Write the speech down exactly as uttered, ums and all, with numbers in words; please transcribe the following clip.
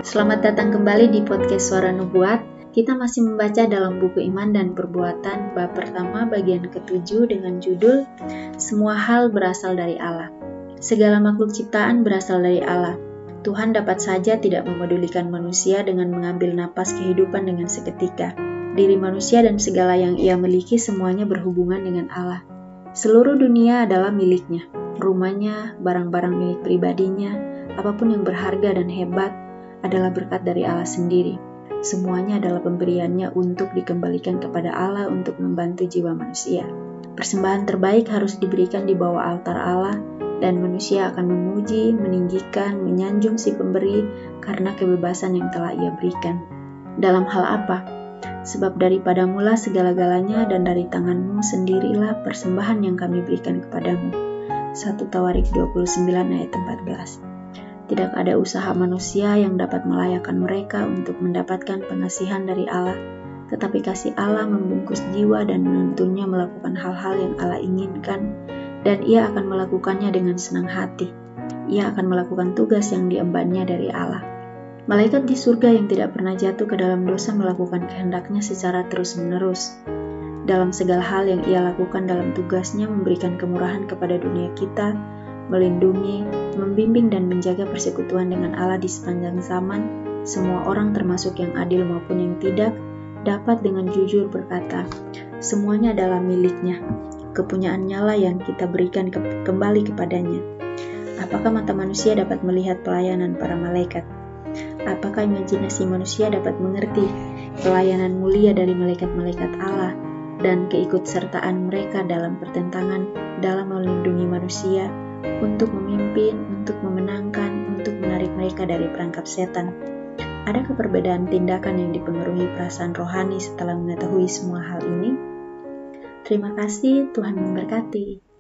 Selamat datang kembali di podcast Suara Nubuat. Kita masih membaca dalam buku Iman dan Perbuatan bab pertama bagian ketujuh dengan judul Semua Hal Berasal dari Allah. Segala makhluk ciptaan berasal dari Allah. Tuhan dapat saja tidak memedulikan manusia dengan mengambil napas kehidupan dengan seketika. Diri manusia dan segala yang ia miliki semuanya berhubungan dengan Allah. Seluruh dunia adalah miliknya. Rumahnya, barang-barang milik pribadinya, apapun yang berharga dan hebat adalah berkat dari Allah sendiri. Semuanya adalah pemberiannya untuk dikembalikan kepada Allah untuk membantu jiwa manusia. Persembahan terbaik harus diberikan di bawah altar Allah, dan manusia akan memuji, meninggikan, menyanjung si pemberi karena kebebasan yang telah ia berikan. Dalam hal apa? Sebab daripada mula segala-galanya, dan dari tanganmu sendirilah persembahan yang kami berikan kepadamu. satu Tawarik dua puluh sembilan ayat empat belas. Tidak ada usaha manusia yang dapat melayakkan mereka untuk mendapatkan pengasihan dari Allah, tetapi kasih Allah membungkus jiwa dan menuntunnya melakukan hal-hal yang Allah inginkan, dan ia akan melakukannya dengan senang hati. Ia akan melakukan tugas yang diembannya dari Allah. Malaikat di surga yang tidak pernah jatuh ke dalam dosa melakukan kehendaknya secara terus-menerus. Dalam segala hal yang ia lakukan dalam tugasnya memberikan kemurahan kepada dunia kita, melindungi, membimbing dan menjaga persekutuan dengan Allah di sepanjang zaman, semua orang termasuk yang adil maupun yang tidak, dapat dengan jujur berkata, semuanya adalah miliknya, kepunyaannya lah yang kita berikan ke- kembali kepadanya. Apakah mata manusia dapat melihat pelayanan para malaikat? Apakah imajinasi manusia dapat mengerti pelayanan mulia dari malaikat-malaikat Allah dan keikutsertaan mereka dalam pertentangan dalam melindungi manusia, untuk memimpin, untuk memenangkan, untuk menarik mereka dari perangkap setan? Adakah perbedaan tindakan yang dipengaruhi perasaan rohani setelah mengetahui semua hal ini? Terima kasih, Tuhan memberkati.